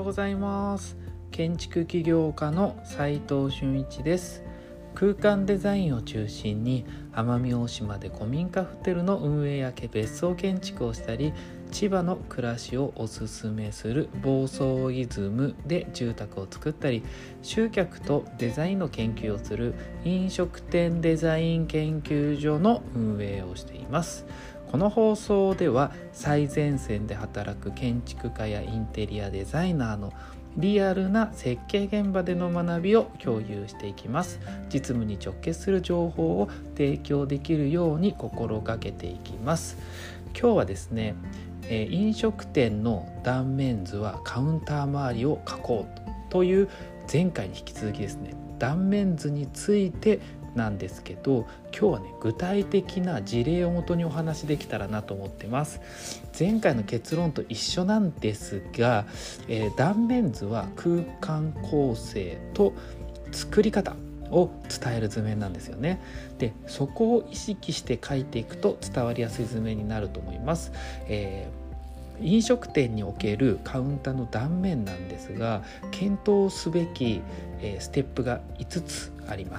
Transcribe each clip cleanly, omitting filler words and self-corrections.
ございます。建築起業家の斉藤俊一です。空間デザインを中心に奄美大島で古民家ホテルの運営や別荘建築をしたり、千葉の暮らしをおすすめする房総イズムで住宅を作ったり、集客とデザインの研究をする飲食店デザイン研究所の運営をしています。この放送では最前線で働く建築家やインテリアデザイナーのリアルな設計現場での学びを共有していきます。実務に直結する情報を提供できるように心がけていきます。今日はですね、飲食店の断面図はカウンター周りを描こうという前回に引き続きですね、断面図についてなんですけど、今日はね、具体的な事例をもとにお話できたらなと思ってます。前回の結論と一緒なんですが、断面図は空間構成と作り方を伝える図面なんですよね。で、そこを意識して書いていくと伝わりやすい図面になると思います。飲食店におけるカウンターの断面なんですが、検討すべき、ステップが5つあります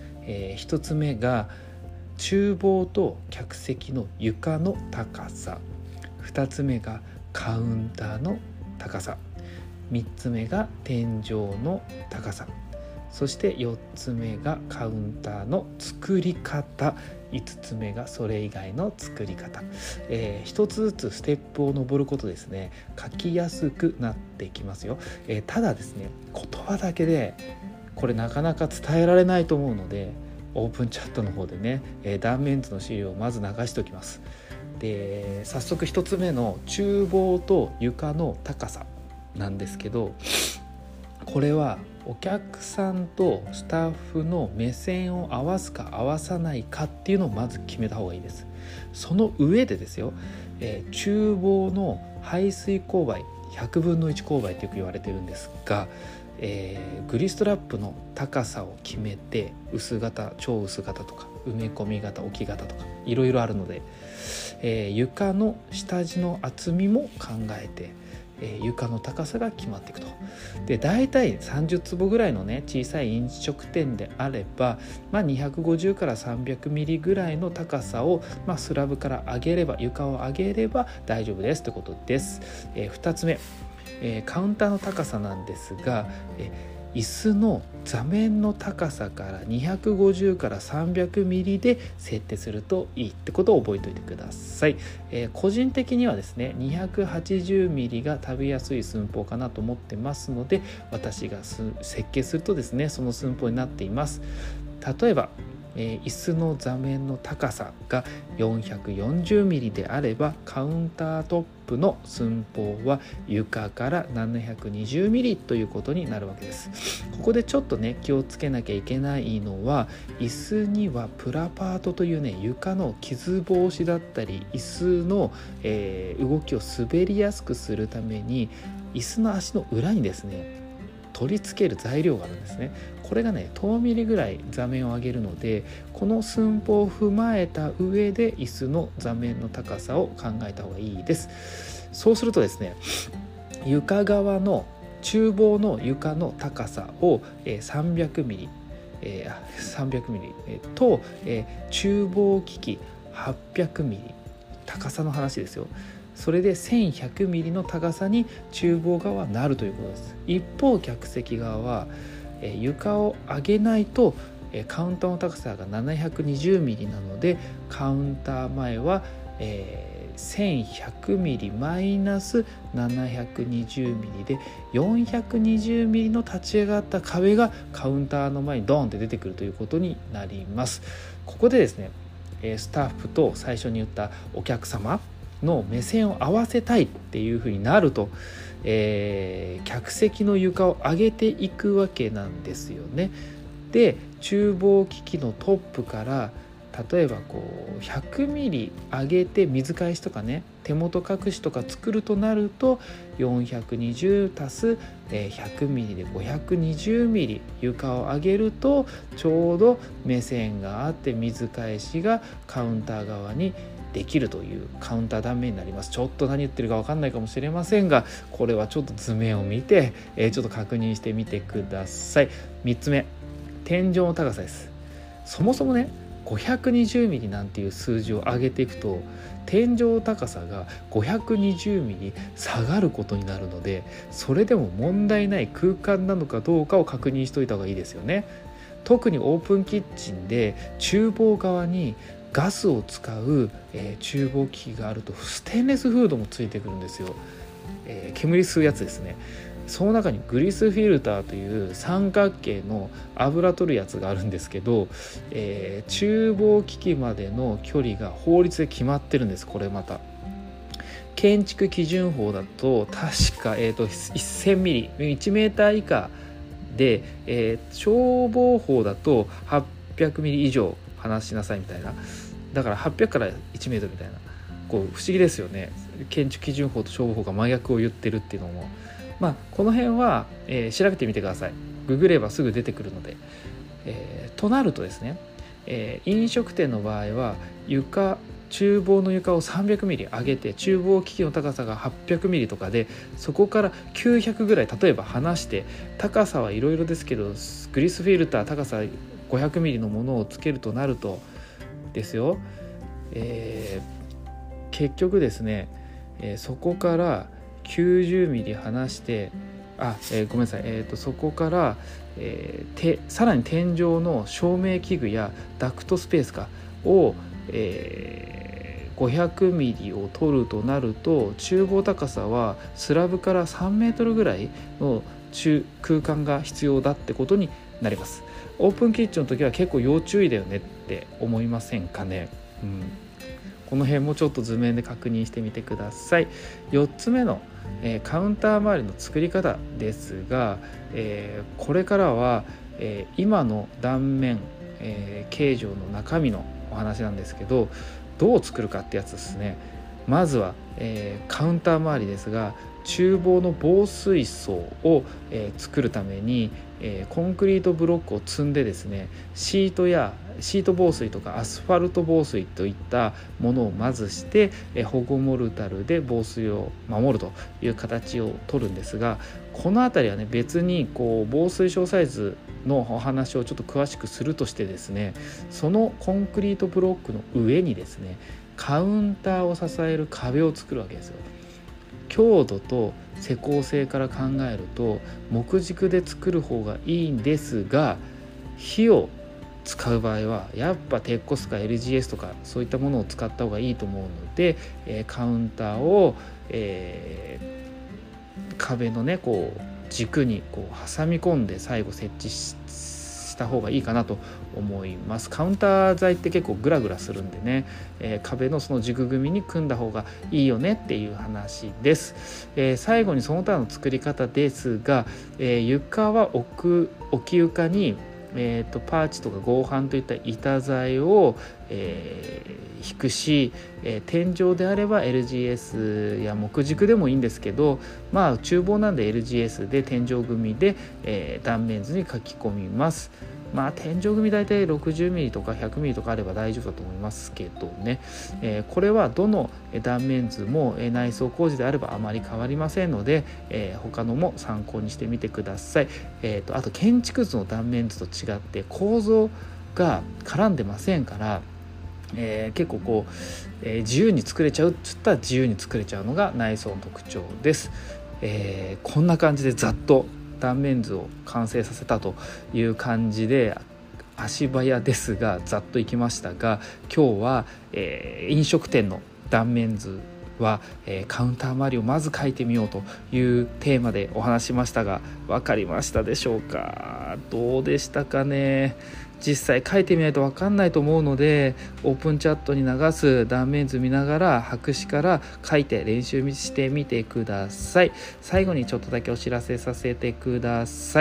。1つ目が厨房と客席の床の高さ、2つ目がカウンターの高さ、3つ目が天井の高さ、そして4つ目がカウンターの作り方、5つ目がそれ以外の作り方。一つずつステップを登ることですね、書きやすくなってきますよ。ただですね、言葉だけでこれなかなか伝えられないと思うので、オープンチャットの方でね、断面図の資料をまず流しておきます。で、早速1つ目の厨房と床の高さなんですけど、これはお客さんとスタッフの目線を合わすか合わさないかっていうのをまず決めた方がいいです。その上でですよ、厨房の排水勾配100分の1勾配ってよく言われてるんですが、グリストラップの高さを決めて、薄型、超薄型とか埋め込み型、置き型とかいろいろあるので、床の下地の厚みも考えて、床の高さが決まっていくと。で、だいたい30坪ぐらいのね、小さい飲食店であれば、250から300ミリぐらいの高さを、スラブから上げれば、床を上げれば大丈夫ですということです。2つ目、カウンターの高さなんですが、椅子の座面の高さから250から300ミリで設定するといいってことを覚えておいてください。個人的にはですね、280ミリが食べやすい寸法かなと思ってますので、私が設計するとですね、その寸法になっています。例えば椅子の座面の高さが440ミリであれば、カウンタートップの寸法は床から720ミリということになるわけです。ここでちょっとね、気をつけなきゃいけないのは、椅子にはプラパートというね、床の傷防止だったり、椅子の、動きを滑りやすくするために、椅子の足の裏にですね、取り付ける材料があるんですね。これがね、10ミリぐらい座面を上げるので、この寸法を踏まえた上で椅子の座面の高さを考えた方がいいです。そうするとですね、床側の厨房の床の高さを300ミリ、と厨房機器800ミリ、高さの話ですよ。それで1100ミリの高さに厨房側はなるということです。一方、客席側は床を上げないとカウンターの高さが720ミリなので、カウンター前は1100ミリマイナス720ミリで420ミリの立ち上がった壁がカウンターの前にドーンって出てくるということになります。ここでですね、スタッフと最初に言ったお客様の目線を合わせたいっていう風になると、客席の床を上げていくわけなんですよね。で、厨房機器のトップから例えば100ミリ上げて水返しとかね、手元隠しとか作るとなると、420足す100ミリで520ミリ床を上げると、ちょうど目線があって水返しがカウンター側にできるというカウンター断面になります。ちょっと何言ってるか分かんないかもしれませんが、これはちょっと図面を見て、ちょっと確認してみてください。3つ目、天井の高さです。そもそもね、520ミリなんていう数字を上げていくと天井高さが520ミリ下がることになるので、それでも問題ない空間なのかどうかを確認しておいた方がいいですよね。特にオープンキッチンで厨房側にガスを使う、厨房機器があるとステンレスフードもついてくるんですよ。煙吸うやつですね。その中にグリスフィルターという三角形の油取るやつがあるんですけど、厨房機器までの距離が法律で決まってるんです。これまた建築基準法だと確か、1000ミリ1メーター以下で、消防法だと800ミリ以上離しなさいみたいな。だから800から1メートルみたいな、こう不思議ですよね。建築基準法と消防法が真逆を言ってるっていうのも、この辺は、調べてみてください。ググればすぐ出てくるので、となるとですね、飲食店の場合は厨房の床を300ミリ上げて、厨房機器の高さが800ミリとかで、そこから900ぐらい例えば離して、高さはいろいろですけどグリスフィルター高さ500ミリのものをつけるとなるとですよ、結局ですね、そこから90ミリ離してごめんなさい、そこから、さらに天井の照明器具やダクトスペースを、500ミリを取るとなると、厨房高さはスラブから3メートルぐらいの空間が必要だってことになります。オープンキッチンの時は結構要注意だよねって思いませんかね。この辺もちょっと図面で確認してみてください。4つ目の、カウンター周りの作り方ですが、これからは、今の断面、形状の中身のお話なんですけど、どう作るかってやつですね。まずは、カウンター周りですが、厨房の防水層を、作るために、コンクリートブロックを積んでですね、シート防水とかアスファルト防水といったものをまずして、保護モルタルで防水を守るという形を取るんですが、このあたりはね、別に防水小サイズのお話をちょっと詳しくするとしてですね、そのコンクリートブロックの上にですね、カウンターを支える壁を作るわけですよ。強度と施工性から考えると木軸で作る方がいいんですが、火を使う場合はやっぱ鉄骨とか LGS とかそういったものを使った方がいいと思うので、カウンターを、壁のね軸に挟み込んで最後設置した方がいいかなと思います。カウンター材って結構グラグラするんでね、壁のその軸組みに組んだ方がいいよねっていう話です。最後にその他の作り方ですが、床は置き床にパーチとか合板といった板材を、引くし、天井であれば LGS や木軸でもいいんですけど、厨房なんで LGS で天井組で、断面図に書き込みます。天井組大体60ミリとか100ミリとかあれば大丈夫だと思いますけどね、これはどの断面図も内装工事であればあまり変わりませんので、他のも参考にしてみてください。あと建築図の断面図と違って構造が絡んでませんから、結構自由に作れちゃうっつったら自由に作れちゃうのが内装の特徴です。こんな感じでざっと断面図を完成させたという感じで、足早ですがざっといきましたが、今日は、飲食店の断面図は、カウンター周りをまず描いてみようというテーマでお話しましたが、分かりましたでしょうか？どうでしたかね？実際書いてみないと分かんないと思うので、オープンチャットに流す断面図見ながら白紙から書いて練習してみてください。最後にちょっとだけお知らせさせてください。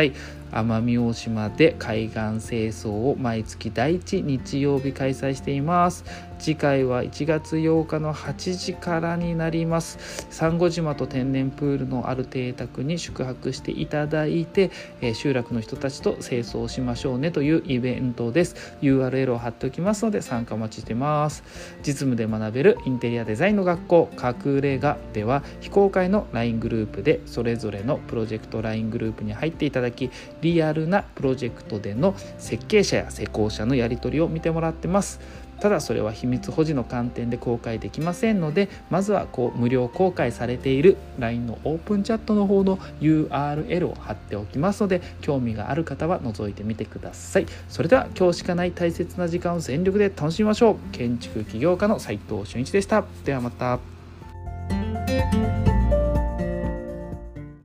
奄美大島で海岸清掃を毎月第1日曜日開催しています。次回は1月8日の8時からになります。珊瑚島と天然プールのある邸宅に宿泊していただいて、集落の人たちと清掃しましょうねというイベントです。 URL を貼っておきますので参加お待ちしてます。実務で学べるインテリアデザインの学校隠れ家では、非公開の LINE グループでそれぞれのプロジェクト LINE グループに入っていただき、リアルなプロジェクトでの設計者や施工者のやり取りを見てもらってます。ただそれは秘密保持の観点で公開できませんので、まずは無料公開されている LINE のオープンチャットの方の URL を貼っておきますので、興味がある方は覗いてみてください。それでは今日しかない大切な時間を全力で楽しみましょう。建築起業家の斉藤俊一でした。ではまた。